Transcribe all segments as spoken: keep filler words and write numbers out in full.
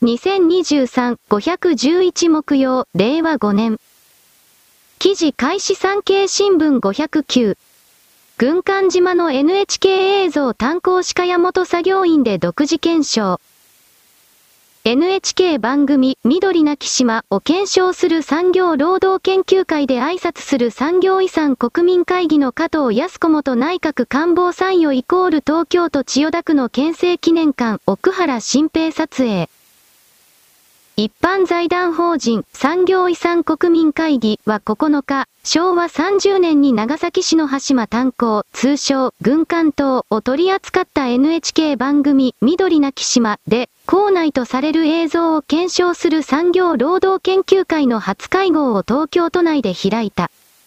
にせんにじゅうさん、ごひゃくじゅういち木曜、れいわごねん。記事開始産経新聞ごひゃくきゅう。軍艦島の エヌエイチケー 映像炭鉱歯科屋元作業員で独自検証。エヌエイチケー 番組、緑なき島を検証する産業労働研究会で挨拶する産業遺産国民会議の加藤靖子元内閣官房参与イコール東京都千代田区の憲政記念館奥原新平撮影。一般財団法人産業遺産国民会議はここのか、しょうわさんじゅうねんに長崎市の羽島炭鉱、通称軍艦島を取り扱った エヌエイチケー 番組緑なき島で、校内とされる映像を検証する産業労働研究会の初会合を東京都内で開いた。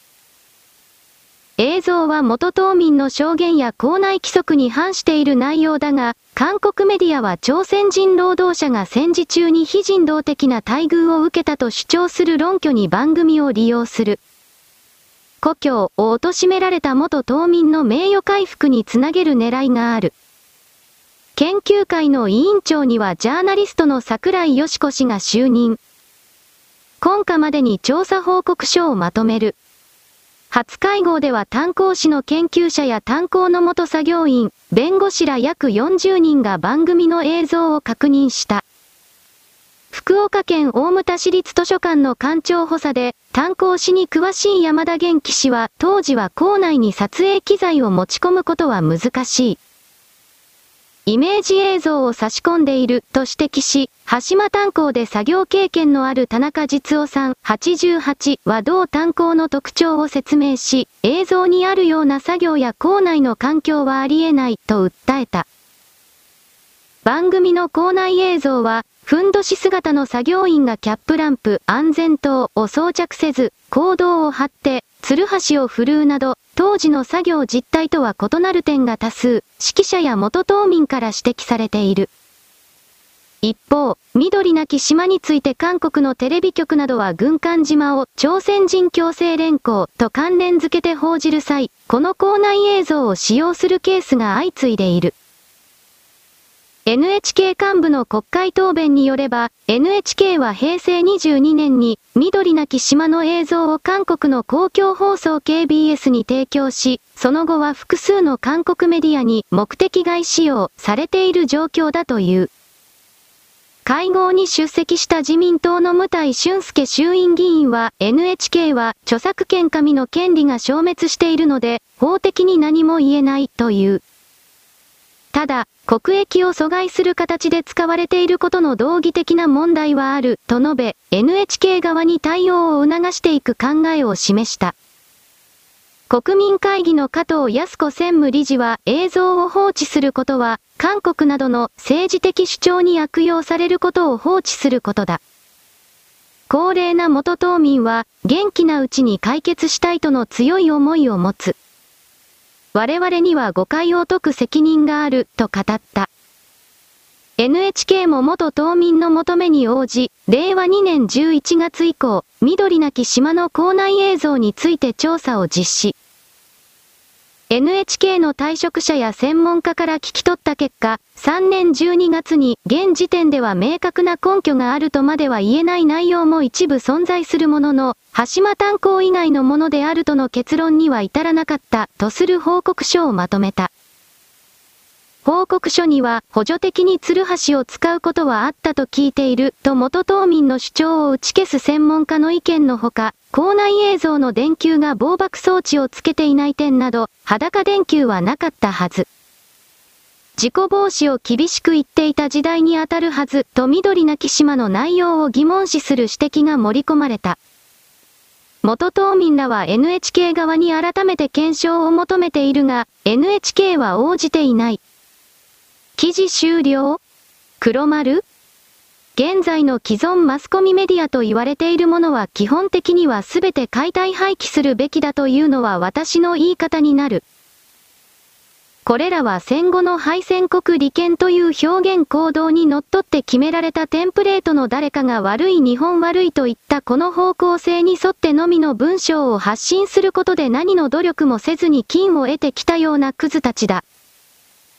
映像は元島民の証言や校内規則に反している内容だが、韓国メディアは朝鮮人労働者が戦時中に非人道的な待遇を受けたと主張する論拠に番組を利用する。故郷を貶められた元島民の名誉回復につなげる狙いがある。研究会の委員長にはジャーナリストの櫻井よし子氏が就任。今夏までに調査報告書をまとめる。初会合では炭鉱士の研究者や炭鉱の元作業員、弁護士ら約よんじゅうにんが番組の映像を確認した。福岡県大牟田市立図書館の館長補佐で、炭鉱史に詳しい山田元気氏は当時は校内に撮影機材を持ち込むことは難しい。イメージ映像を差し込んでいると指摘し、羽島炭鉱で作業経験のある田中実夫さんはちじゅうはちは同炭鉱の特徴を説明し、映像にあるような作業や校内の環境はありえないと訴えた。番組の校内映像は、ふんどし姿の作業員がキャップランプ、安全灯を装着せず、行動を張って、つるはしを振るうなど、当時の作業実態とは異なる点が多数、指揮者や元島民から指摘されている。一方、緑なき島について韓国のテレビ局などは軍艦島を朝鮮人強制連行と関連付けて報じる際、この校内映像を使用するケースが相次いでいる。エヌエイチケー 幹部の国会答弁によれば、エヌエイチケー はへいせいにじゅうにねんに、緑なき島の映像を韓国の公共放送 ケービーエス に提供し、その後は複数の韓国メディアに目的外使用されている状況だという。会合に出席した自民党の務台俊介衆院議員は、エヌエイチケー は著作権加味の権利が消滅しているので、法的に何も言えないという。ただ、国益を阻害する形で使われていることの道義的な問題はある、と述べ、エヌエイチケー 側に対応を促していく考えを示した。国民会議の加藤靖子専務理事は、映像を放置することは、韓国などの政治的主張に悪用されることを放置することだ。高齢な元島民は、元気なうちに解決したいとの強い思いを持つ。我々には誤解を解く責任がある、と語った。エヌエイチケー も元島民の求めに応じ、れいわにねんじゅういちがつ以降、緑なき島の校内映像について調査を実施。エヌエイチケー の退職者や専門家から聞き取った結果、さんねんじゅうにがつに現時点では明確な根拠があるとまでは言えない内容も一部存在するものの、羽島炭鉱以外のものであるとの結論には至らなかったとする報告書をまとめた。報告書には補助的にツルハシを使うことはあったと聞いていると元島民の主張を打ち消す専門家の意見のほか、校内映像の電球が防爆装置をつけていない点など、裸電球はなかったはず。事故防止を厳しく言っていた時代にあたるはずと緑なき島の内容を疑問視する指摘が盛り込まれた。元島民らは エヌエイチケー 側に改めて検証を求めているが、エヌエイチケー は応じていない。記事終了？黒丸？現在の既存マスコミメディアと言われているものは基本的にはすべて解体廃棄するべきだというのは私の言い方になる。これらは戦後の敗戦国利権という表現行動にのっとって決められたテンプレートの誰かが悪い日本悪いといったこの方向性に沿ってのみの文章を発信することで何の努力もせずに金を得てきたようなクズたちだ。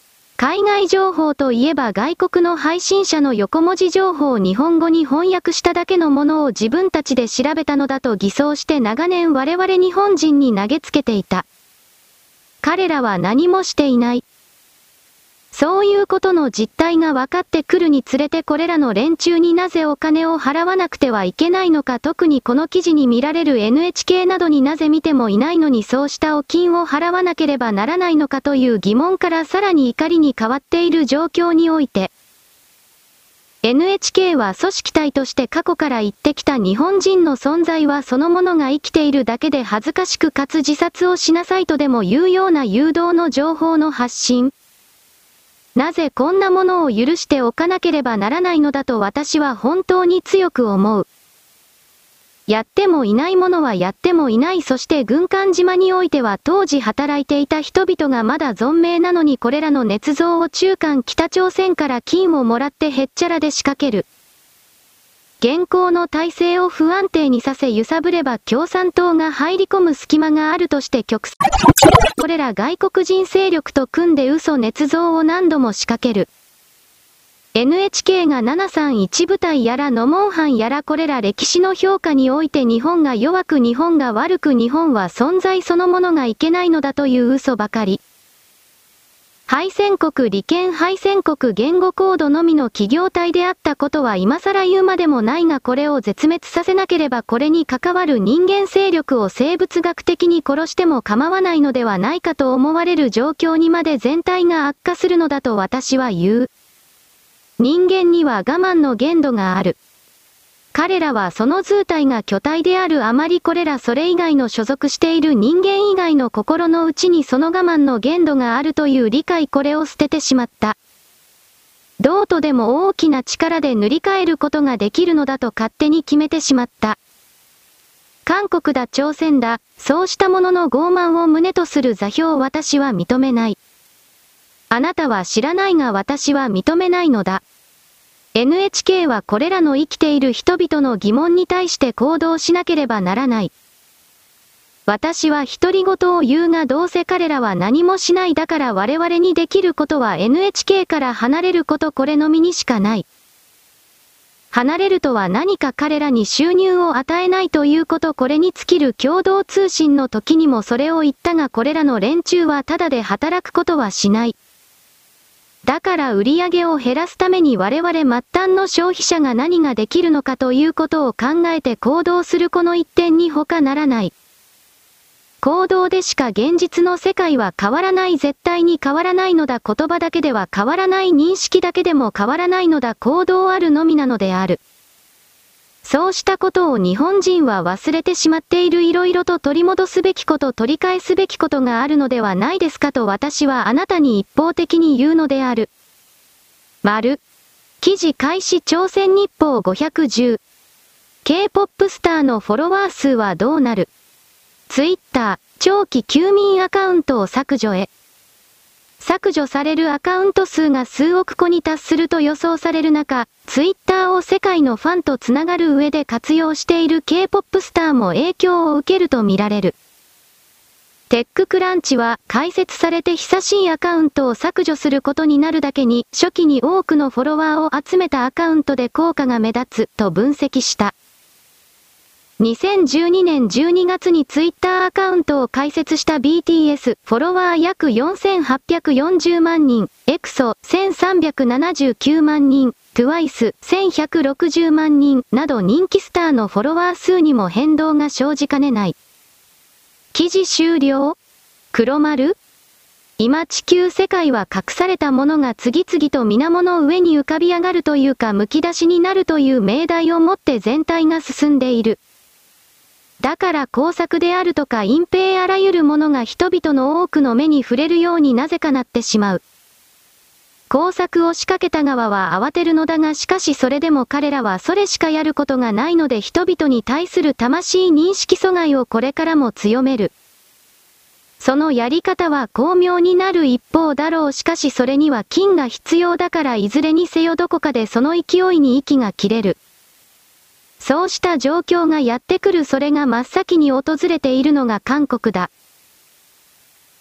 海外情報といえば外国の配信者の横文字情報を日本語に翻訳しただけのものを自分たちで調べたのだと偽装して長年我々日本人に投げつけていた。彼らは何もしていない。そういうことの実態が分かってくるにつれてこれらの連中になぜお金を払わなくてはいけないのか、特にこの記事に見られる エヌエイチケー などになぜ見てもいないのにそうしたお金を払わなければならないのかという疑問からさらに怒りに変わっている状況において、エヌエイチケー は組織体として過去から言ってきた日本人の存在はそのものが生きているだけで恥ずかしくかつ自殺をしなさいとでも言うような誘導の情報の発信。なぜこんなものを許しておかなければならないのだと私は本当に強く思う。やってもいないものはやってもいない。そして軍艦島においては当時働いていた人々がまだ存命なのにこれらの捏造を中間北朝鮮から金をもらってへっちゃらで仕掛ける。現行の体制を不安定にさせ揺さぶれば共産党が入り込む隙間があるとして極左。これら外国人勢力と組んで嘘捏造を何度も仕掛ける。エヌエイチケー がななさんいち部隊やらノモンハンやらこれら歴史の評価において日本が弱く日本が悪く日本は存在そのものがいけないのだという嘘ばかり。敗戦国利権敗戦国言語コードのみの企業体であったことは今更言うまでもないがこれを絶滅させなければこれに関わる人間勢力を生物学的に殺しても構わないのではないかと思われる状況にまで全体が悪化するのだと私は言う。人間には我慢の限度がある。彼らはその図体が巨体であるあまりこれらそれ以外の所属している人間以外の心の内にその我慢の限度があるという理解これを捨ててしまった。どうとでも大きな力で塗り替えることができるのだと勝手に決めてしまった。韓国だ朝鮮だ、そうしたものの傲慢を旨とする座標を私は認めない。あなたは知らないが私は認めないのだ。エヌエイチケー はこれらの生きている人々の疑問に対して行動しなければならない。私は独り言を言うがどうせ彼らは何もしないだから我々にできることは エヌエイチケー から離れることこれのみにしかない。離れるとは何か彼らに収入を与えないということこれに尽きる共同通信の時にもそれを言ったがこれらの連中はただで働くことはしない。だから売り上げを減らすために我々末端の消費者が何ができるのかということを考えて行動するこの一点に他ならない。行動でしか現実の世界は変わらない絶対に変わらないのだ言葉だけでは変わらない認識だけでも変わらないのだ行動あるのみなのである。そうしたことを日本人は忘れてしまっているいろいろと取り戻すべきこと取り返すべきことがあるのではないですかと私はあなたに一方的に言うのである。丸。記事開始朝鮮日報ごひゃくじゅう。K-ポップ スターのフォロワー数はどうなる？ツイッター、長期休眠アカウントを削除へ。削除されるアカウント数が数億個に達すると予想される中、ツイッターを世界のファンとつながる上で活用している K-ポップ スターも影響を受けると見られる。テッククランチは開設されて久しいアカウントを削除することになるだけに初期に多くのフォロワーを集めたアカウントで効果が目立つと分析した。にせんじゅうにねんじゅうにがつにツイッターアカウントを開設した ビーティーエス、フォロワー約よんせんはっぴゃくよんじゅうまんにん、エクソせんさんびゃくななじゅうきゅうまんにん、トゥワイスせんひゃくろくじゅうまんにんなど人気スターのフォロワー数にも変動が生じかねない。記事終了？黒丸？今地球世界は隠されたものが次々と水面の上に浮かび上がるというか剥き出しになるという命題をもって全体が進んでいる。だから工作であるとか隠蔽あらゆるものが人々の多くの目に触れるようになぜかなってしまう。工作を仕掛けた側は慌てるのだがしかしそれでも彼らはそれしかやることがないので人々に対する魂認識阻害をこれからも強める。そのやり方は巧妙になる一方だろうしかしそれには金が必要だからいずれにせよどこかでその勢いに息が切れる。そうした状況がやってくるそれが真っ先に訪れているのが韓国だ。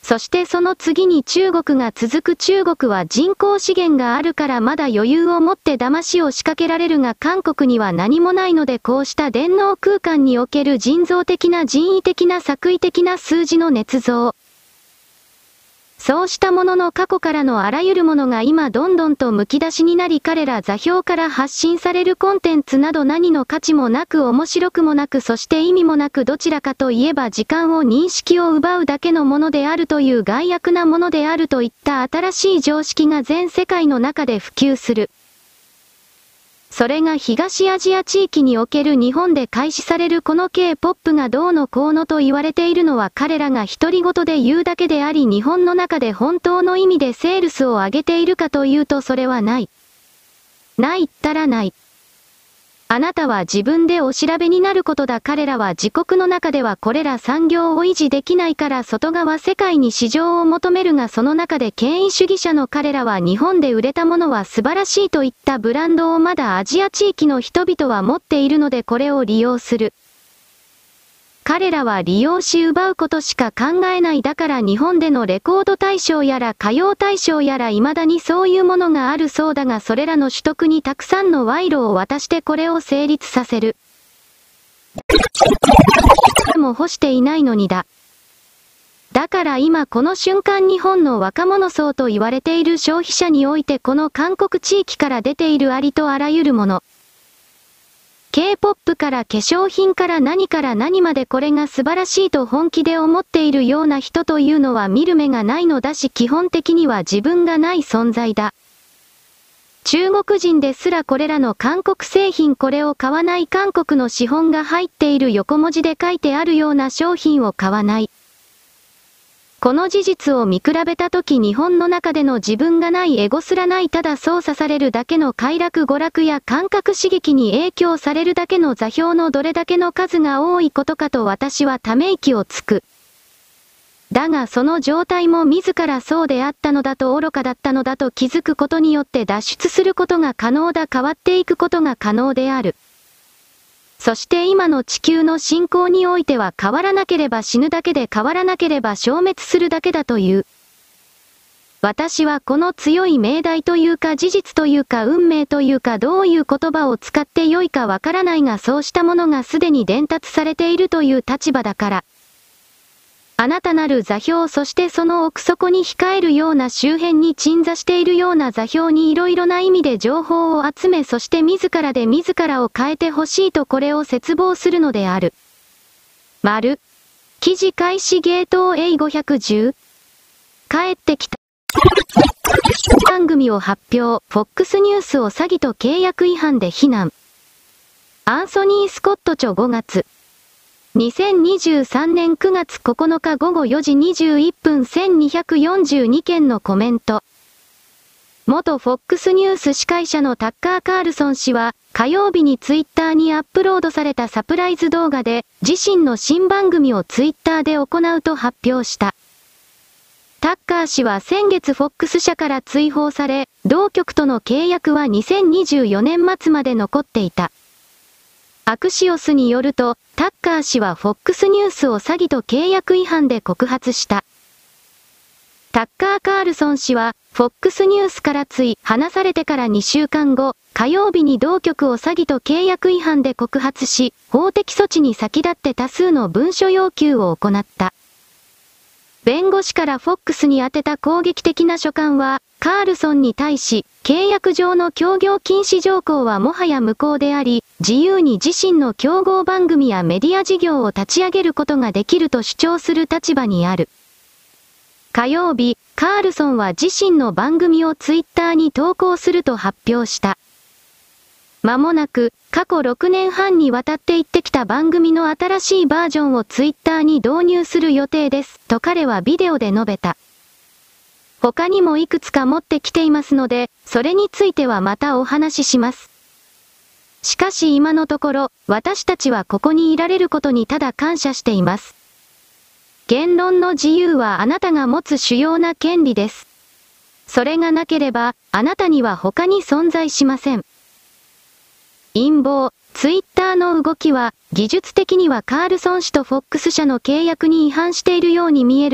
そしてその次に中国が続く。中国は人工資源があるからまだ余裕を持って騙しを仕掛けられるが、韓国には何もないので、こうした電脳空間における人造的な人為的な作為的な数字の捏造。そうしたものの過去からのあらゆるものが今どんどんと剥き出しになり、彼ら座標から発信されるコンテンツなど何の価値もなく面白くもなく、そして意味もなく、どちらかといえば時間を認識を奪うだけのものであるという害悪なものであるといった新しい常識が全世界の中で普及する。それが東アジア地域における日本で開始されるこの K-ポップ がどうのこうのと言われているのは彼らが独り言で言うだけであり、日本の中で本当の意味でセールスを上げているかというとそれはない。ないったらない。あなたは自分でお調べになることだ。彼らは自国の中ではこれら産業を維持できないから外側世界に市場を求めるが、その中で権威主義者の彼らは日本で売れたものは素晴らしいといったブランドをまだアジア地域の人々は持っているのでこれを利用する。彼らは利用し奪うことしか考えない。だから日本でのレコード大賞やら歌謡大賞やら未だにそういうものがあるそうだが、それらの取得にたくさんの賄賂を渡してこれを成立させる。も干していないのにだ。だから今この瞬間日本の若者層と言われている消費者においてこの韓国地域から出ているありとあらゆるもの。K-ポップ から化粧品から何から何までこれが素晴らしいと本気で思っているような人というのは見る目がないのだし、基本的には自分がない存在だ。中国人ですらこれらの韓国製品、これを買わない。韓国の資本が入っている横文字で書いてあるような商品を買わない。この事実を見比べたとき、日本の中での自分がないエゴすらない、ただ操作されるだけの快楽娯楽や感覚刺激に影響されるだけの座標のどれだけの数が多いことかと私はため息をつく。だがその状態も自らそうであったのだと、愚かだったのだと気づくことによって脱出することが可能だ。変わっていくことが可能である。そして今の地球の進行においては変わらなければ死ぬだけで、変わらなければ消滅するだけだという。私はこの強い命題というか事実というか運命というかどういう言葉を使ってよいかわからないが、そうしたものがすでに伝達されているという立場だから。あなたなる座標、そしてその奥底に控えるような周辺に鎮座しているような座標にいろいろな意味で情報を集め、そして自らで自らを変えてほしいとこれを切望するのである。丸。記事開始ゲート エーごひゃくじゅう。帰ってきた。番組を発表。フォックス ニュースを詐欺と契約違反で非難。アンソニー・スコット著ごがつ。にせんにじゅうさんねんくがつここのかごごよじにじゅういっぷんせんにひゃくよんじゅうにけんのコメント。元 フォックス ニュース司会者のタッカー・カールソン氏は、火曜日にツイッターにアップロードされたサプライズ動画で、自身の新番組をツイッターで行うと発表した。タッカー氏は先月 フォックス 社から追放され、同局との契約はにせんにじゅうよねん末まで残っていた。アクシオスによると、タッカー氏は フォックス ニュースを詐欺と契約違反で告発した。タッカー・カールソン氏は、フォックス ニュースから追放されてからにしゅうかんご、火曜日に同局を詐欺と契約違反で告発し、法的措置に先立って多数の文書要求を行った。弁護士からフォックスに宛てた攻撃的な書簡は、カールソンに対し、契約上の協業禁止条項はもはや無効であり、自由に自身の競合番組やメディア事業を立ち上げることができると主張する立場にある。火曜日、カールソンは自身の番組をツイッターに投稿すると発表した。間もなく、過去ろくねんはんにわたって言ってきた番組の新しいバージョンをツイッターに導入する予定です、と彼はビデオで述べた。他にもいくつか持ってきていますので、それについてはまたお話しします。しかし今のところ、私たちはここにいられることにただ感謝しています。言論の自由はあなたが持つ主要な権利です。それがなければ、あなたには他に存在しません。陰謀、ツイッターの動きは、技術的にはカールソン氏とフォックス社の契約に違反しているように見えるが、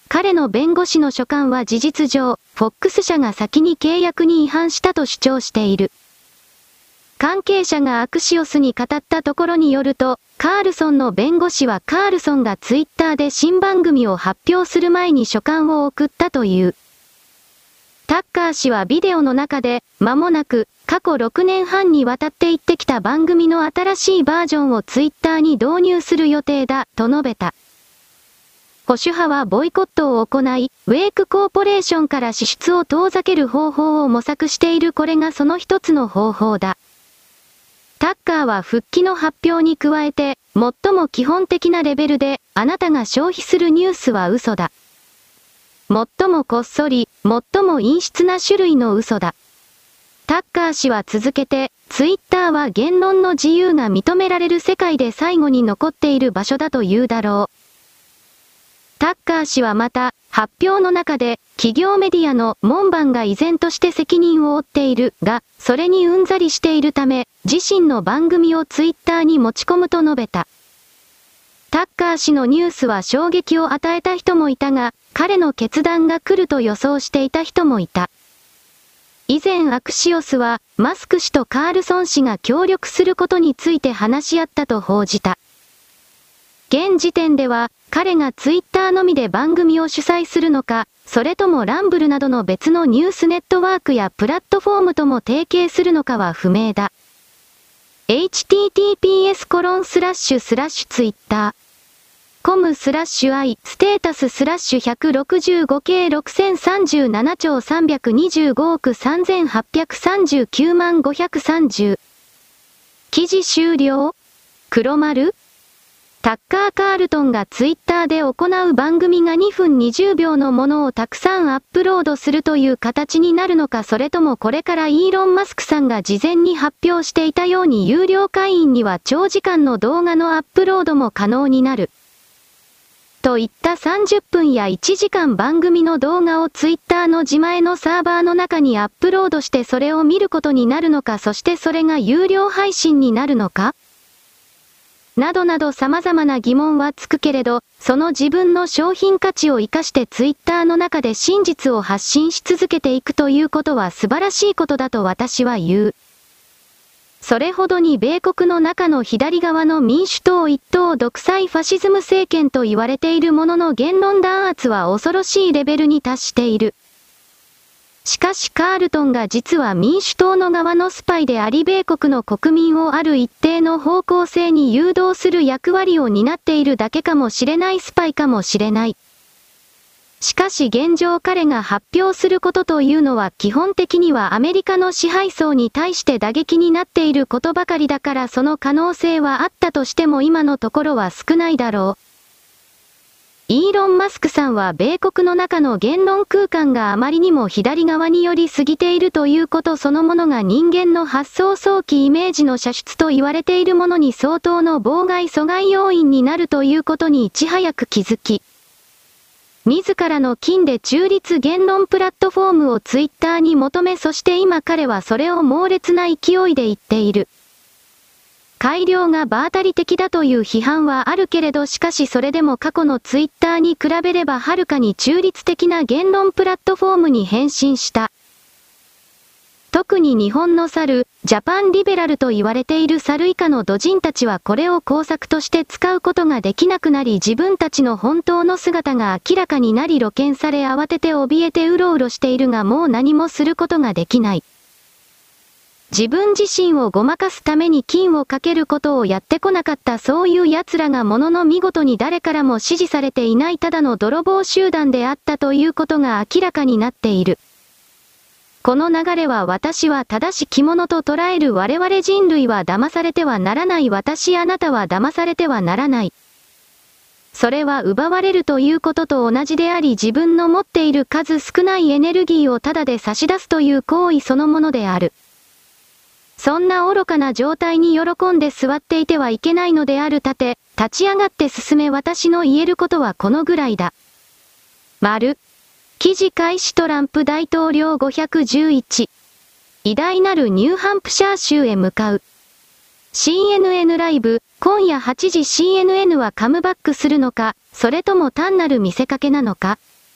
彼の弁護士の書簡は事実上、フォックス社が先に契約に違反したと主張している。関係者がアクシオスに語ったところによると、カールソンの弁護士はカールソンがツイッターで新番組を発表する前に書簡を送ったという。タッカー氏はビデオの中で、間もなく、過去ろくねんはんにわたって言ってきた番組の新しいバージョンをツイッターに導入する予定だ、と述べた。保守派はボイコットを行い、ウェイクコーポレーションから支出を遠ざける方法を模索しているこれがその一つの方法だ。タッカーは復帰の発表に加えて、最も基本的なレベルで、あなたが消費するニュースは嘘だ。最もこっそり、最も陰湿な種類の嘘だ。タッカー氏は続けて、ツイッターは言論の自由が認められる世界で最後に残っている場所だと言うだろう。タッカー氏はまた、発表の中で、企業メディアの門番が依然として責任を負っているが、それにうんざりしているため、自身の番組をツイッターに持ち込むと述べた。タッカー氏のニュースは衝撃を与えた人もいたが、彼の決断が来ると予想していた人もいた。以前アクシオスは、マスク氏とカールソン氏が協力することについて話し合ったと報じた。現時点では、彼がツイッターのみで番組を主催するのか、それともランブルなどの別のニュースネットワークやプラットフォームとも提携するのかは不明だ。エイチティーティーピーエスコロンスラッシュスラッシュツイッターコムスラッシュアイステータススラッシュひゃくろくじゅうごケーろくせんさんじゅうななちょうさんびゃくにじゅうごおくさんぜんはっぴゃくさんじゅうきゅうまんごひゃくさんじゅう。記事終了？黒丸？タッカー・カールトンがツイッターで行う番組がにふんにじゅうびょうのものをたくさんアップロードするという形になるのか、それともこれからイーロン・マスクさんが事前に発表していたように有料会員には長時間の動画のアップロードも可能になる。といったさんじゅっぷんやいちじかん番組の動画をツイッターの自前のサーバーの中にアップロードしてそれを見ることになるのか、そしてそれが有料配信になるのかなどなど様々な疑問はつくけれど、その自分の商品価値を生かしてツイッターの中で真実を発信し続けていくということは素晴らしいことだと私は言う。それほどに米国の中の左側の民主党一党独裁ファシズム政権と言われているものの言論弾圧は恐ろしいレベルに達している。しかしカールトンが実は民主党の側のスパイであり米国の国民をある一定の方向性に誘導する役割を担っているだけかもしれないスパイかもしれない。しかし現状彼が発表することというのは基本的にはアメリカの支配層に対して打撃になっていることばかりだから、その可能性はあったとしても今のところは少ないだろう。イーロン・マスクさんは米国の中の言論空間があまりにも左側に寄りすぎているということそのものが人間の発想早期イメージの射出と言われているものに相当の妨害阻害要因になるということにいち早く気づき、自らの金で中立言論プラットフォームをツイッターに求め、そして今彼はそれを猛烈な勢いで言っている。改良が場当たり的だという批判はあるけれど、しかしそれでも過去のツイッターに比べればはるかに中立的な言論プラットフォームに変身した。特に日本の猿、ジャパンリベラルと言われている猿以下の土人たちはこれを工作として使うことができなくなり、自分たちの本当の姿が明らかになり露見され慌てて怯えてうろうろしているがもう何もすることができない。自分自身をごまかすために金をかけることをやってこなかったそういう奴らがものの見事に誰からも支持されていないただの泥棒集団であったということが明らかになっている。この流れは私は正しきものと捉える。我々人類は騙されてはならない。私あなたは騙されてはならない。それは奪われるということと同じであり、自分の持っている数少ないエネルギーをただで差し出すという行為そのものである。そんな愚かな状態に喜んで座っていてはいけないのである。立て、立ち上がって進め。私の言えることはこのぐらいだ。丸。記事開始。トランプ大統領ごひゃくじゅういち。偉大なるニューハンプシャー州へ向かう。シーエヌエヌ ライブ、今夜はちじ シーエヌエヌ はカムバックするのか、それとも単なる見せかけなのか。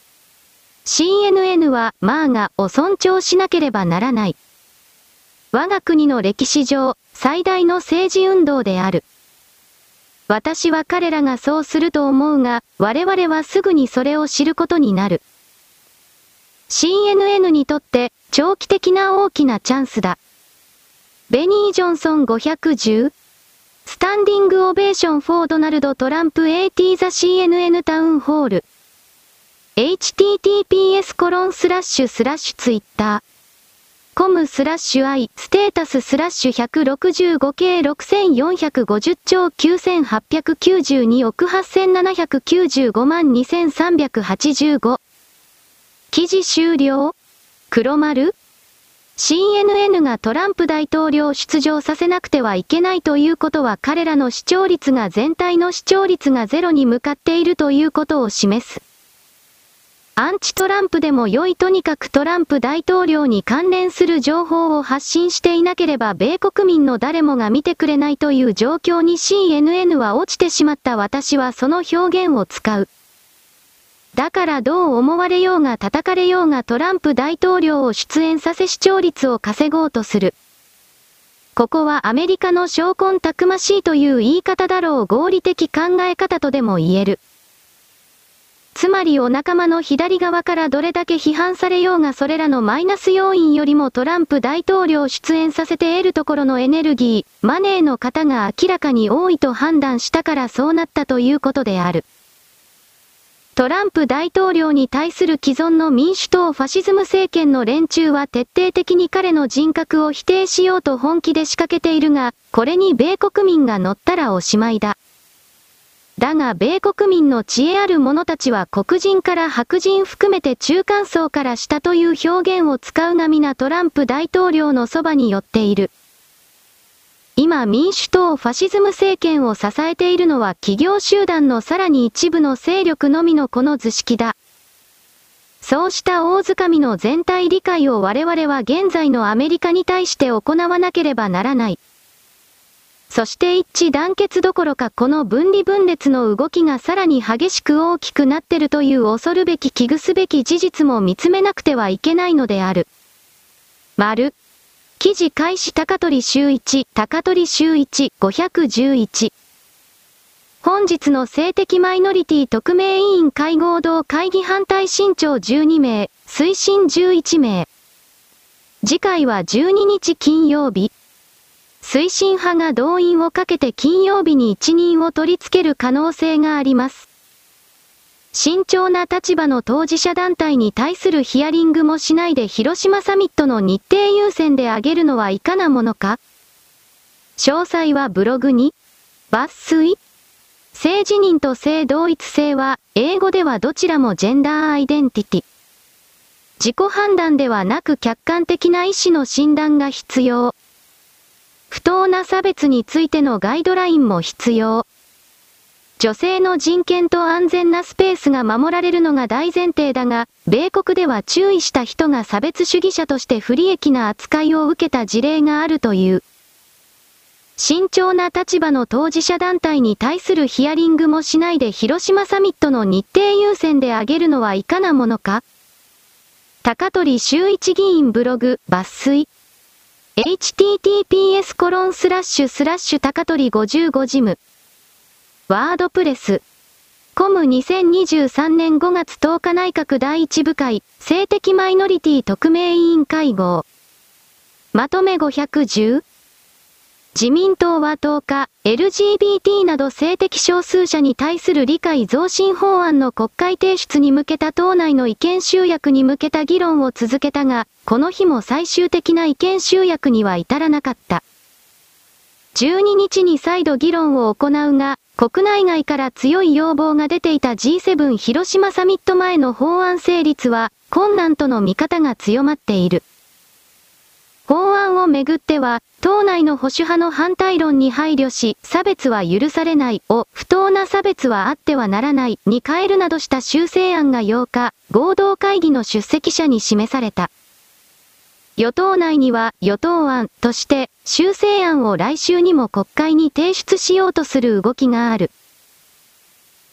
シーエヌエヌ はマーガを尊重しなければならない。我が国の歴史上、最大の政治運動である。私は彼らがそうすると思うが、我々はすぐにそれを知ることになる。シーエヌエヌ にとって、長期的な大きなチャンスだ。ベニー・ジョンソンごひゃくじゅうスタンディングオベーションフォードナルド・トランプ エーティー ザ シーエヌエヌ タウンホール。エイチティーティーピーエスコロンスラッシュスラッシュツイッター。コムスラッシュ i ステータススラッシュ ひゃくろくじゅうごケーろくせんよんひゃくごじゅうちょうきゅうせんはっぴゃくきゅうじゅうにおくはっせんななひゃくきゅうじゅうごまんにせんさんびゃくはちじゅうご。記事終了。黒丸 シーエヌエヌ がトランプ大統領を出場させなくてはいけないということは彼らの視聴率が全体の視聴率がゼロに向かっているということを示す。アンチトランプでも良いとにかくトランプ大統領に関連する情報を発信していなければ米国民の誰もが見てくれないという状況に シーエヌエヌ は落ちてしまった。私はその表現を使う。だからどう思われようが叩かれようがトランプ大統領を出演させ視聴率を稼ごうとする。ここはアメリカの証拠たくましいという言い方だろう。合理的考え方とでも言える。つまりお仲間の左側からどれだけ批判されようがそれらのマイナス要因よりもトランプ大統領を出演させて得るところのエネルギー、マネーの方が明らかに多いと判断したからそうなったということである。トランプ大統領に対する既存の民主党ファシズム政権の連中は徹底的に彼の人格を否定しようと本気で仕掛けているが、これに米国民が乗ったらおしまいだ。だが米国民の知恵ある者たちは黒人から白人含めて中間層から下という表現を使うが皆トランプ大統領のそばに寄っている。今民主党ファシズム政権を支えているのは企業集団のさらに一部の勢力のみのこの図式だ。そうした大掴みの全体理解を我々は現在のアメリカに対して行わなければならない。そして一致団結どころかこの分離分裂の動きがさらに激しく大きくなってるという恐るべき危惧すべき事実も見つめなくてはいけないのである。丸。記事開始高取修一、高取修一、ごひゃくじゅういち。本日の性的マイノリティ特命委員会合同会議反対新潮じゅうにめい、推進じゅういちめい。次回はじゅうににち金曜日。推進派が動員をかけて金曜日に一任を取り付ける可能性があります。慎重な立場の当事者団体に対するヒアリングもしないで広島サミットの日程優先で挙げるのはいかなものか？詳細はブログに？抜粋？性自認と性同一性は、英語ではどちらもジェンダーアイデンティティ。自己判断ではなく客観的な意思の診断が必要。不当な差別についてのガイドラインも必要。女性の人権と安全なスペースが守られるのが大前提だが、米国では注意した人が差別主義者として不利益な扱いを受けた事例があるという。慎重な立場の当事者団体に対するヒアリングもしないで広島サミットの日程優先で挙げるのはいかなものか？高取修一議員ブログ、抜粋。エイチティーティーピーエスコロンスラッシュスラッシュ高取ごじゅうごジム。ワードプレス。コムにせんにじゅうさんねんごがつとおか内閣第一部会、性的マイノリティ特命委員会合。まとめごひゃくじゅう。自民党はとおか、エルジービーティー など性的少数者に対する理解増進法案の国会提出に向けた党内の意見集約に向けた議論を続けたが、この日も最終的な意見集約には至らなかった。じゅうににちに再度議論を行うが、国内外から強い要望が出ていた ジーセブン 広島サミット前の法案成立は、困難との見方が強まっている。法案をめぐっては、党内の保守派の反対論に配慮し、差別は許されないを、不当な差別はあってはならないに変えるなどした修正案がようか、合同会議の出席者に示された。与党内には、与党案として、修正案を来週にも国会に提出しようとする動きがある。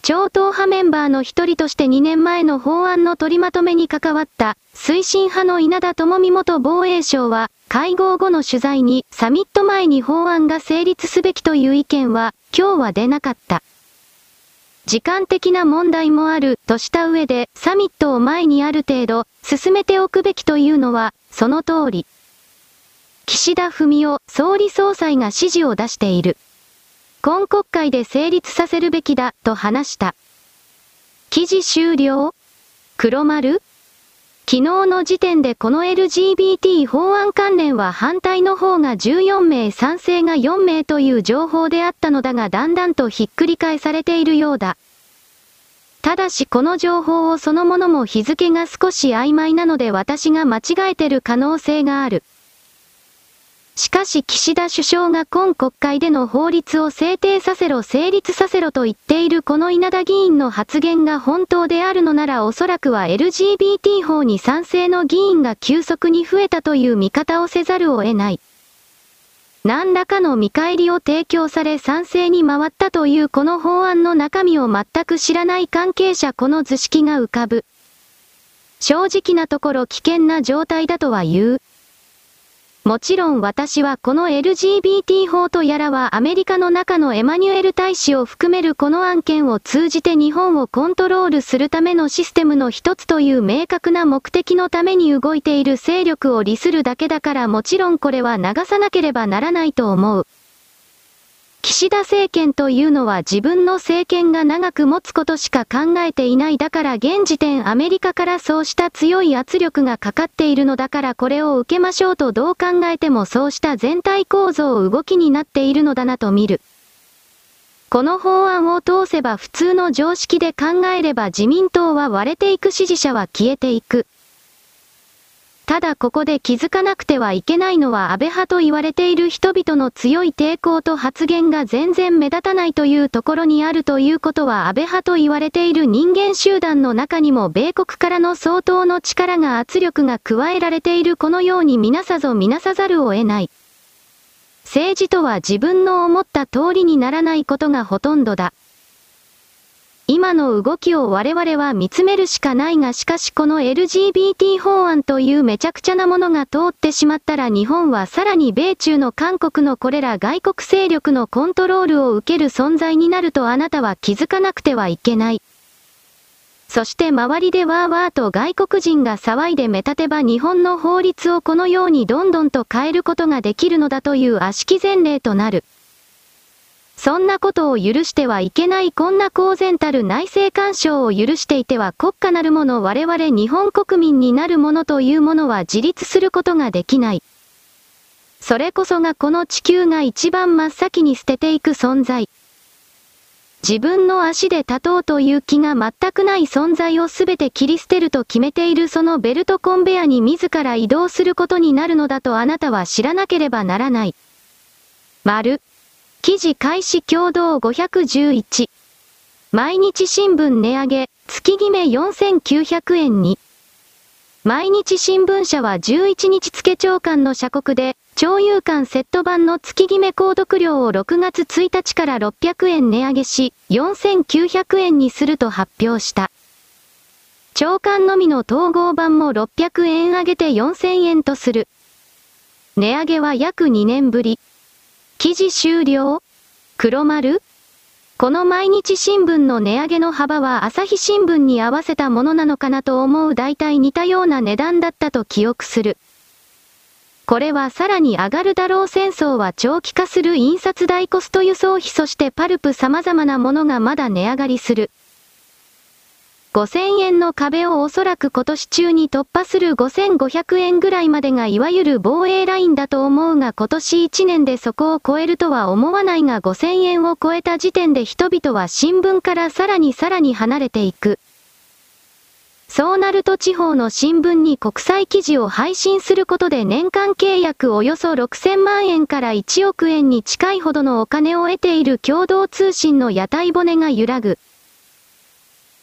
超党派メンバーの一人としてにねんまえの法案の取りまとめに関わった推進派の稲田朋美元防衛相は会合後の取材にサミット前に法案が成立すべきという意見は今日は出なかった。時間的な問題もあるとした上でサミットを前にある程度進めておくべきというのはその通り。岸田文雄総理総裁が指示を出している。今国会で成立させるべきだと話した。記事終了？黒丸？昨日の時点でこの エルジービーティー 法案関連は反対の方がじゅうよんめい賛成がよんめいという情報であったのだがだんだんとひっくり返されているようだ。ただしこの情報をそのものも日付が少し曖昧なので私が間違えてる可能性がある。しかし岸田首相が今国会での法律を制定させろ成立させろと言っているこの稲田議員の発言が本当であるのならおそらくは エルジービーティー 法に賛成の議員が急速に増えたという見方をせざるを得ない。何らかの見返りを提供され賛成に回ったというこの法案の中身を全く知らない関係者この図式が浮かぶ。正直なところ危険な状態だとは言う。もちろん私はこの エルジービーティー 法とやらはアメリカの中のエマニュエル大使を含めるこの案件を通じて日本をコントロールするためのシステムの一つという明確な目的のために動いている勢力を利するだけだからもちろんこれは流さなければならないと思う。岸田政権というのは自分の政権が長く持つことしか考えていないだから現時点アメリカからそうした強い圧力がかかっているのだからこれを受けましょうとどう考えてもそうした全体構造動きになっているのだなと見る。この法案を通せば普通の常識で考えれば自民党は割れていく支持者は消えていく。ただここで気づかなくてはいけないのは安倍派と言われている人々の強い抵抗と発言が全然目立たないというところにあるということは安倍派と言われている人間集団の中にも米国からの相当の力が圧力が加えられているこのように見なさぞ見なさざるを得ない。政治とは自分の思った通りにならないことがほとんどだ。今の動きを我々は見つめるしかないがしかしこの エルジービーティー 法案というめちゃくちゃなものが通ってしまったら日本はさらに米中の韓国のこれら外国勢力のコントロールを受ける存在になるとあなたは気づかなくてはいけない。そして周りでわーわーと外国人が騒いで目立てば日本の法律をこのようにどんどんと変えることができるのだという悪しき前例となる。そんなことを許してはいけないこんな公然たる内政干渉を許していては国家なるもの我々日本国民になるものというものは自立することができない。それこそがこの地球が一番真っ先に捨てていく存在。自分の足で立とうという気が全くない存在をすべて切り捨てると決めているそのベルトコンベアに自ら移動することになるのだとあなたは知らなければならない。丸。記事開始共同ごひゃくじゅういち。毎日新聞値上げ、月決めよんせんきゅうひゃくえんに。毎日新聞社はじゅういちにち付朝刊の社告で、朝夕刊セット版の月決め購読料をろくがつついたちからろっぴゃくえん値上げし、よんせんきゅうひゃくえんにすると発表した。朝刊のみの統合版もろっぴゃくえん上げてよんせんえんとする。値上げは約にねんぶり。記事終了？黒丸？この毎日新聞の値上げの幅は朝日新聞に合わせたものなのかなと思う大体似たような値段だったと記憶する。これはさらに上がるだろう戦争は長期化する印刷代コスト輸送費そしてパルプ様々なものがまだ値上がりする。ごせんえんの壁をおそらく今年中に突破するごせんごひゃくえんぐらいまでがいわゆる防衛ラインだと思うが今年いちねんでそこを超えるとは思わないがごせんえんを超えた時点で人々は新聞からさらにさらに離れていく。そうなると地方の新聞に国際記事を配信することで年間契約およそろくせんまんえんからいちおくえんに近いほどのお金を得ている共同通信の屋台骨が揺らぐ。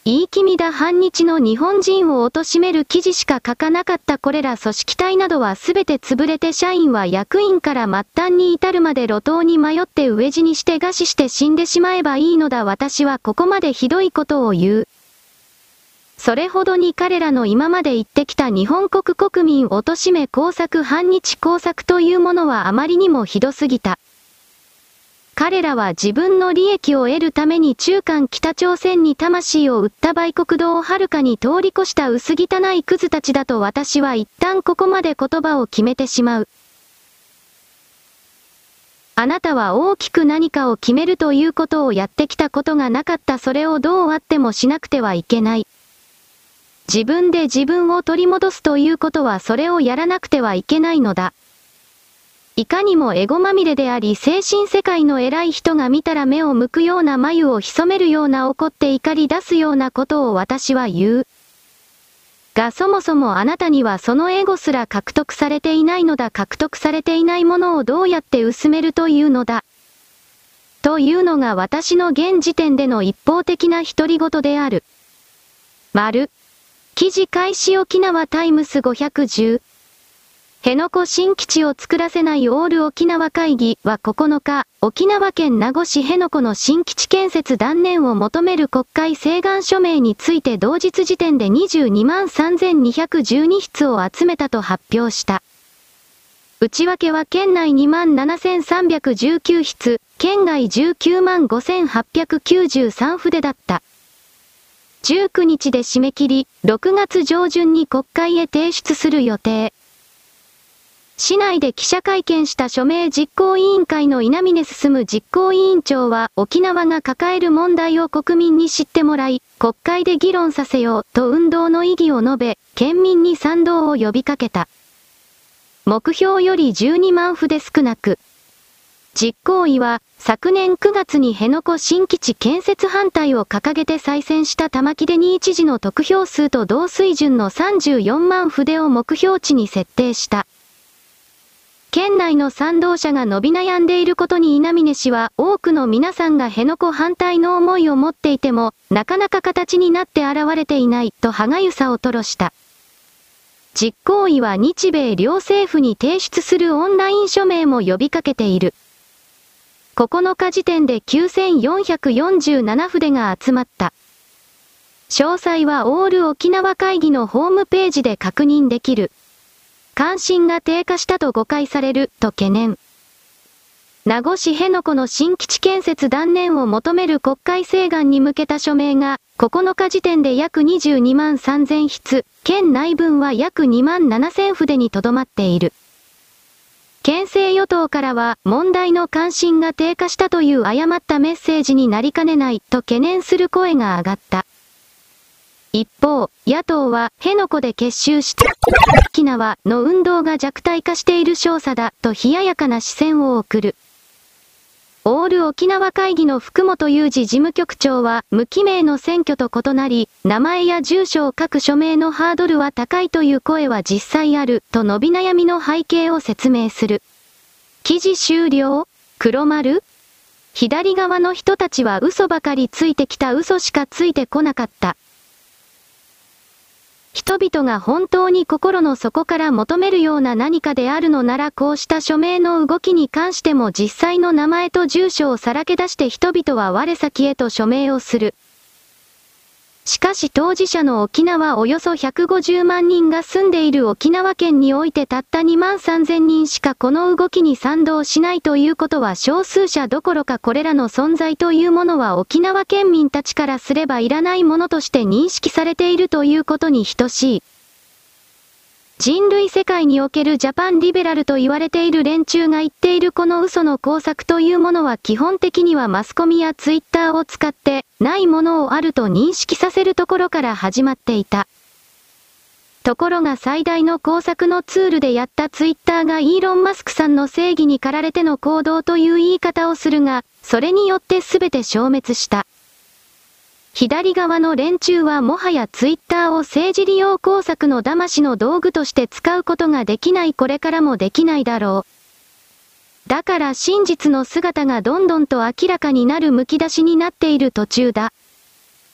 いい気味だ反日の日本人を貶める記事しか書かなかったこれら組織体などはすべて潰れて社員は役員から末端に至るまで路頭に迷って飢え死にして餓死して死んでしまえばいいのだ私はここまでひどいことを言う。それほどに彼らの今まで言ってきた日本国国民貶め工作反日工作というものはあまりにもひどすぎた。彼らは自分の利益を得るために中韓北朝鮮に魂を売った売国道をはるかに通り越した薄汚いクズたちだと私は一旦ここまで言葉を決めてしまう。あなたは大きく何かを決めるということをやってきたことがなかったそれをどうあってもしなくてはいけない。自分で自分を取り戻すということはそれをやらなくてはいけないのだ。いかにもエゴまみれであり精神世界の偉い人が見たら目を向くような眉を潜めるような怒って怒り出すようなことを私は言う。がそもそもあなたにはそのエゴすら獲得されていないのだ獲得されていないものをどうやって薄めるというのだ。というのが私の現時点での一方的な独り言である。丸。記事開始沖縄タイムスごひゃくじゅう。辺野古新基地を作らせないオール沖縄会議はここのか、沖縄県名護市辺野古の新基地建設断念を求める国会請願署名について同日時点でにじゅうにまんさんぜんにひゃくじゅうにひつを集めたと発表した。内訳は県内にまんななせんさんびゃくじゅうきゅうひつ、県外じゅうきゅうまんごせんはっぴゃくきゅうじゅうさんふでだった。じゅうくにちで締め切り、ろくがつじょうじゅんに国会へ提出する予定。市内で記者会見した署名実行委員会の稲峰進実行委員長は沖縄が抱える問題を国民に知ってもらい、国会で議論させようと運動の意義を述べ、県民に賛同を呼びかけた。目標よりじゅうにまんふで少なく。実行委は昨年くがつに辺野古新基地建設反対を掲げて再選した玉城デニー知事の得票数と同水準のさんじゅうよんまんふでを目標値に設定した。県内の賛同者が伸び悩んでいることに稲峰氏は多くの皆さんが辺野古反対の思いを持っていても、なかなか形になって現れていないと歯がゆさを吐露した。実行委は日米両政府に提出するオンライン署名も呼びかけている。ここのか時点できゅうせんよんひゃくよんじゅうななふでが集まった。詳細はオール沖縄会議のホームページで確認できる。関心が低下したと誤解される、と懸念。名護市辺野古の新基地建設断念を求める国会請願に向けた署名が、ここのか時点で約にじゅうにまんさんぜんひつ、県内分は約にまんななせんふでにとどまっている。県政与党からは、問題の関心が低下したという誤ったメッセージになりかねない、と懸念する声が上がった。一方、野党は、辺野古で結集した沖縄の運動が弱体化している証左だ、と冷ややかな視線を送る。オール沖縄会議の福本雄二事務局長は、無記名の選挙と異なり、名前や住所を書く署名のハードルは高いという声は実際ある、と伸び悩みの背景を説明する。記事終了？黒丸？左側の人たちは嘘ばかりついてきた嘘しかついてこなかった。人々が本当に心の底から求めるような何かであるのならこうした署名の動きに関しても実際の名前と住所をさらけ出して人々は我先へと署名をする。しかし当事者の沖縄およそひゃくごじゅうまんにんが住んでいる沖縄県においてたったにまんさんぜんにんしかこの動きに賛同しないということは少数者どころかこれらの存在というものは沖縄県民たちからすればいらないものとして認識されているということに等しい。人類世界におけるジャパンリベラルと言われている連中が言っているこの嘘の工作というものは基本的にはマスコミやツイッターを使ってないものをあると認識させるところから始まっていた。ところが最大の工作のツールでやったツイッターがイーロン・マスクさんの正義に駆られての行動という言い方をするが、それによって全て消滅した。左側の連中はもはやツイッターを政治利用工作の騙しの道具として使うことができないこれからもできないだろう。だから真実の姿がどんどんと明らかになるむき出しになっている途中だ。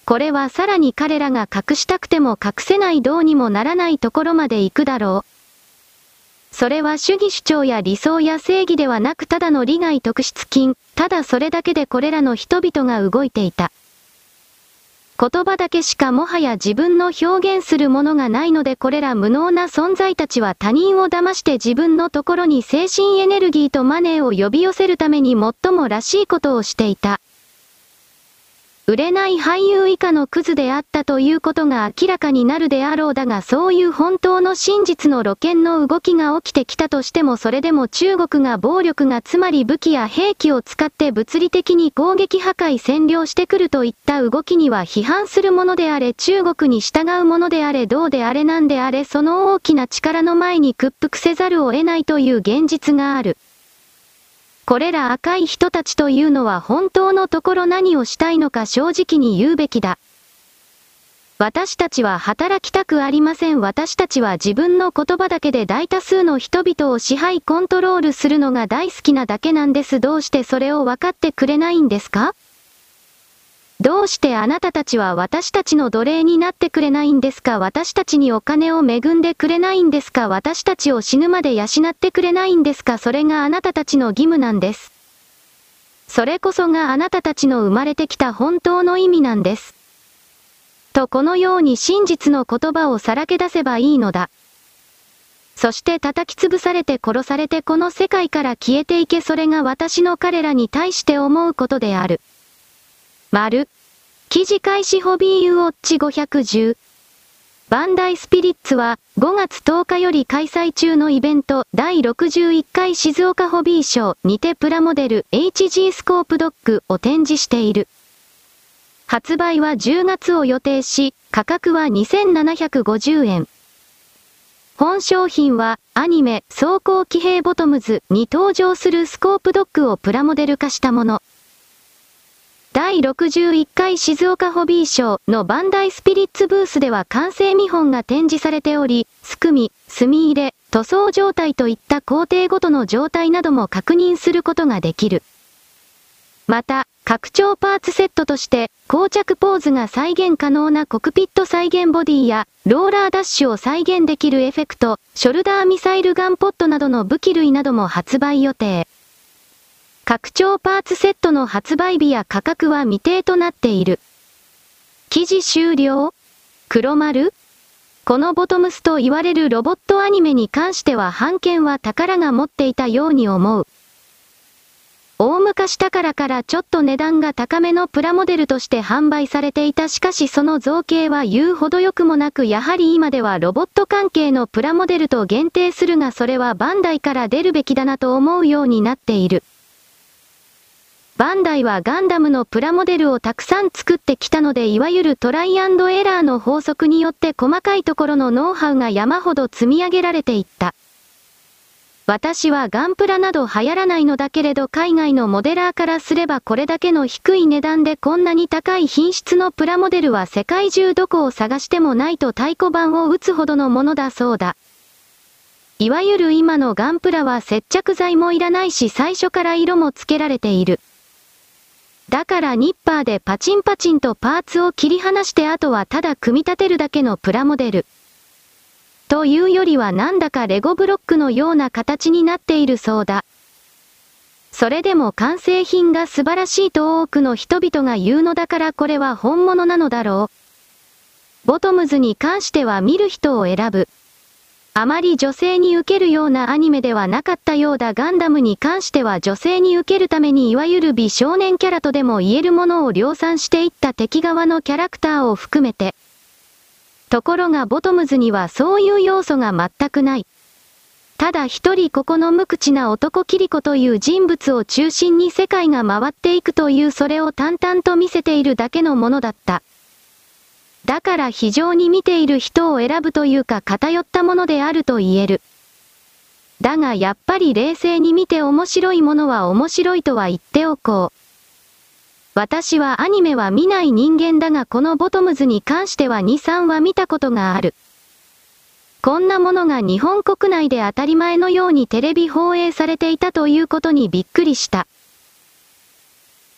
これはさらに彼らが隠したくても隠せないどうにもならないところまで行くだろう。それは主義主張や理想や正義ではなくただの利害得失金、ただそれだけでこれらの人々が動いていた。言葉だけしかもはや自分の表現するものがないのでこれら無能な存在たちは他人を騙して自分のところに精神エネルギーとマネーを呼び寄せるために最もらしいことをしていた。売れない俳優以下のクズであったということが明らかになるであろうだがそういう本当の真実の露見の動きが起きてきたとしてもそれでも中国が暴力がつまり武器や兵器を使って物理的に攻撃破壊占領してくるといった動きには批判するものであれ中国に従うものであれどうであれなんであれその大きな力の前に屈服せざるを得ないという現実がある。これら赤い人たちというのは本当のところ何をしたいのか正直に言うべきだ。私たちは働きたくありません。私たちは自分の言葉だけで大多数の人々を支配コントロールするのが大好きなだけなんです。どうしてそれを分かってくれないんですか？どうしてあなたたちは私たちの奴隷になってくれないんですか？私たちにお金を恵んでくれないんですか？私たちを死ぬまで養ってくれないんですか？それがあなたたちの義務なんです。それこそがあなたたちの生まれてきた本当の意味なんです。とこのように真実の言葉をさらけ出せばいいのだ。そして叩き潰されて殺されてこの世界から消えていけそれが私の彼らに対して思うことである。丸。記事開始ホビーウォッチごひゃくじゅう。バンダイスピリッツはごがつとおかより開催中のイベントだいろくじゅういっかい静岡ホビーショーにてプラモデル エイチジー スコープドッグを展示している。発売はじゅうがつを予定し、価格はにせんななひゃくごじゅうえん。本商品はアニメ装甲騎兵ボトムズに登場するスコープドッグをプラモデル化したもの。だいろくじゅういっかい静岡ホビーショーのバンダイスピリッツブースでは完成見本が展示されており、すくみ、墨入れ、塗装状態といった工程ごとの状態なども確認することができる。また、拡張パーツセットとして、膠着ポーズが再現可能なコクピット再現ボディや、ローラーダッシュを再現できるエフェクト、ショルダーミサイルガンポットなどの武器類なども発売予定。拡張パーツセットの発売日や価格は未定となっている。記事終了？黒丸？このボトムスと言われるロボットアニメに関しては版権は宝が持っていたように思う。大昔宝からちょっと値段が高めのプラモデルとして販売されていたしかしその造形は言うほど良くもなくやはり今ではロボット関係のプラモデルと限定するがそれはバンダイから出るべきだなと思うようになっている。バンダイはガンダムのプラモデルをたくさん作ってきたのでいわゆるトライアンドエラーの法則によって細かいところのノウハウが山ほど積み上げられていった。私はガンプラなど流行らないのだけれど海外のモデラーからすればこれだけの低い値段でこんなに高い品質のプラモデルは世界中どこを探してもないと太鼓判を打つほどのものだそうだ。いわゆる今のガンプラは接着剤もいらないし最初から色もつけられている。だからニッパーでパチンパチンとパーツを切り離してあとはただ組み立てるだけのプラモデル。というよりはなんだかレゴブロックのような形になっているそうだ。それでも完成品が素晴らしいと多くの人々が言うのだからこれは本物なのだろう。ボトムズに関しては見る人を選ぶ。あまり女性に受けるようなアニメではなかったようだ。ガンダムに関しては女性に受けるためにいわゆる美少年キャラとでも言えるものを量産していった敵側のキャラクターを含めて。ところがボトムズにはそういう要素が全くない。ただ一人ここの無口な男キリコという人物を中心に世界が回っていくというそれを淡々と見せているだけのものだった。だから非常に見ている人を選ぶというか偏ったものであると言える。だがやっぱり冷静に見て面白いものは面白いとは言っておこう。私はアニメは見ない人間だがこのボトムズに関してはに、さんわ見たことがある。こんなものが日本国内で当たり前のようにテレビ放映されていたということにびっくりした。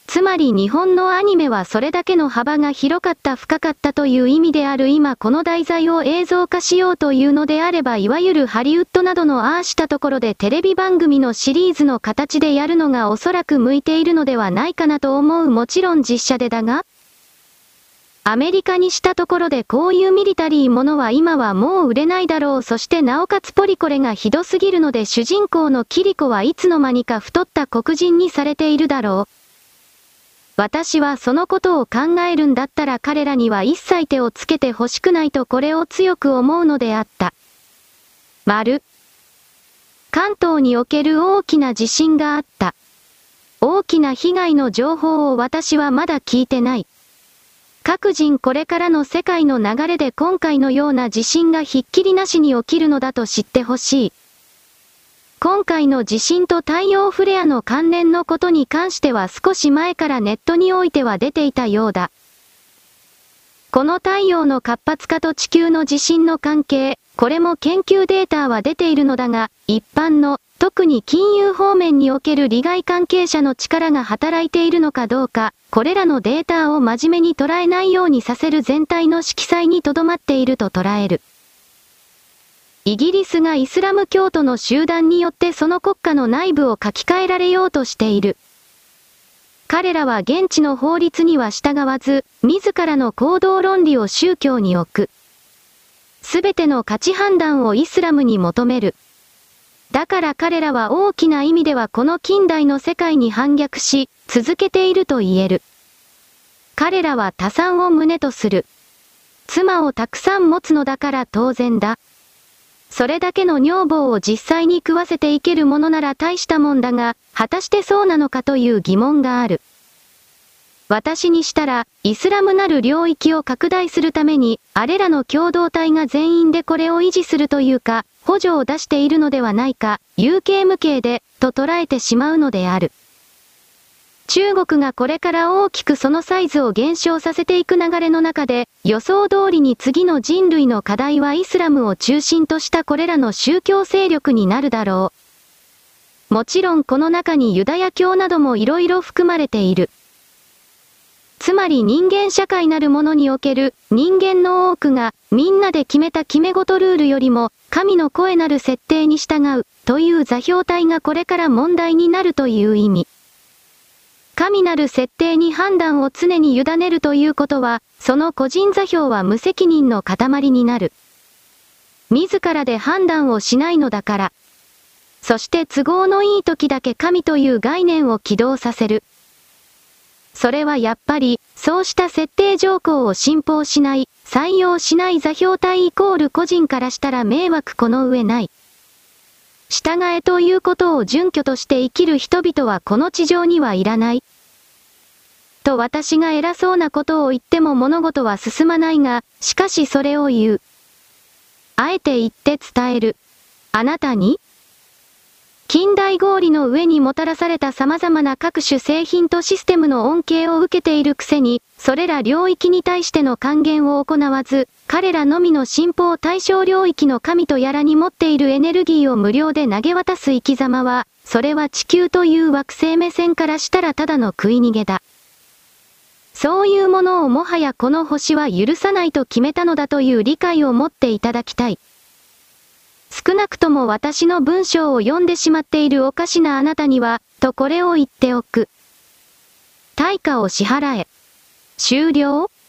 つまり日本のアニメはそれだけの幅が広かった深かったという意味である今この題材を映像化しようというのであればいわゆるハリウッドなどのああしたところでテレビ番組のシリーズの形でやるのがおそらく向いているのではないかなと思う。もちろん実写でだが、アメリカにしたところでこういうミリタリーものは今はもう売れないだろう。そしてなおかつポリコレがひどすぎるので主人公のキリコはいつの間にか太った黒人にされているだろう。私はそのことを考えるんだったら彼らには一切手をつけて欲しくないとこれを強く思うのであった。丸。関東における大きな地震があった。大きな被害の情報を私はまだ聞いてない。各人これからの世界の流れで今回のような地震がひっきりなしに起きるのだと知ってほしい。今回の地震と太陽フレアの関連のことに関しては少し前からネットにおいては出ていたようだ。この太陽の活発化と地球の地震の関係、これも研究データは出ているのだが、一般の、特に金融方面における利害関係者の力が働いているのかどうか、これらのデータを真面目に捉えないようにさせる全体の色彩にとどまっていると捉える。イギリスがイスラム教徒の集団によってその国家の内部を書き換えられようとしている。彼らは現地の法律には従わず、自らの行動論理を宗教に置く。すべての価値判断をイスラムに求める。だから彼らは大きな意味ではこの近代の世界に反逆し、続けていると言える。彼らは多産を旨とする。妻をたくさん持つのだから当然だ。それだけの女房を実際に食わせていけるものなら大したもんだが、果たしてそうなのかという疑問がある。私にしたら、イスラムなる領域を拡大するために、あれらの共同体が全員でこれを維持するというか、補助を出しているのではないか、有形無形で、と捉えてしまうのである。中国がこれから大きくそのサイズを減少させていく流れの中で、予想通りに次の人類の課題はイスラムを中心としたこれらの宗教勢力になるだろう。もちろんこの中にユダヤ教などもいろいろ含まれている。つまり人間社会なるものにおける人間の多くがみんなで決めた決め事ルールよりも神の声なる設定に従うという座標体がこれから問題になるという意味。神なる設定に判断を常に委ねるということは、その個人座標は無責任の塊になる。自らで判断をしないのだから。そして都合のいい時だけ神という概念を起動させる。それはやっぱり、そうした設定条項を信奉しない、採用しない座標体イコール個人からしたら迷惑この上ない。従えということを準拠として生きる人々はこの地上にはいらない。と私が偉そうなことを言っても物事は進まないが、しかしそれを言う。あえて言って伝える。あなたに近代合理の上にもたらされた様々な各種製品とシステムの恩恵を受けているくせに、それら領域に対しての還元を行わず、彼らのみの信奉対象領域の神とやらに持っているエネルギーを無料で投げ渡す生き様は、それは地球という惑星目線からしたらただの食い逃げだ。そういうものをもはやこの星は許さないと決めたのだという理解を持っていただきたい。少なくとも私の文章を読んでしまっているおかしなあなたには、とこれを言っておく。対価を支払え。終了？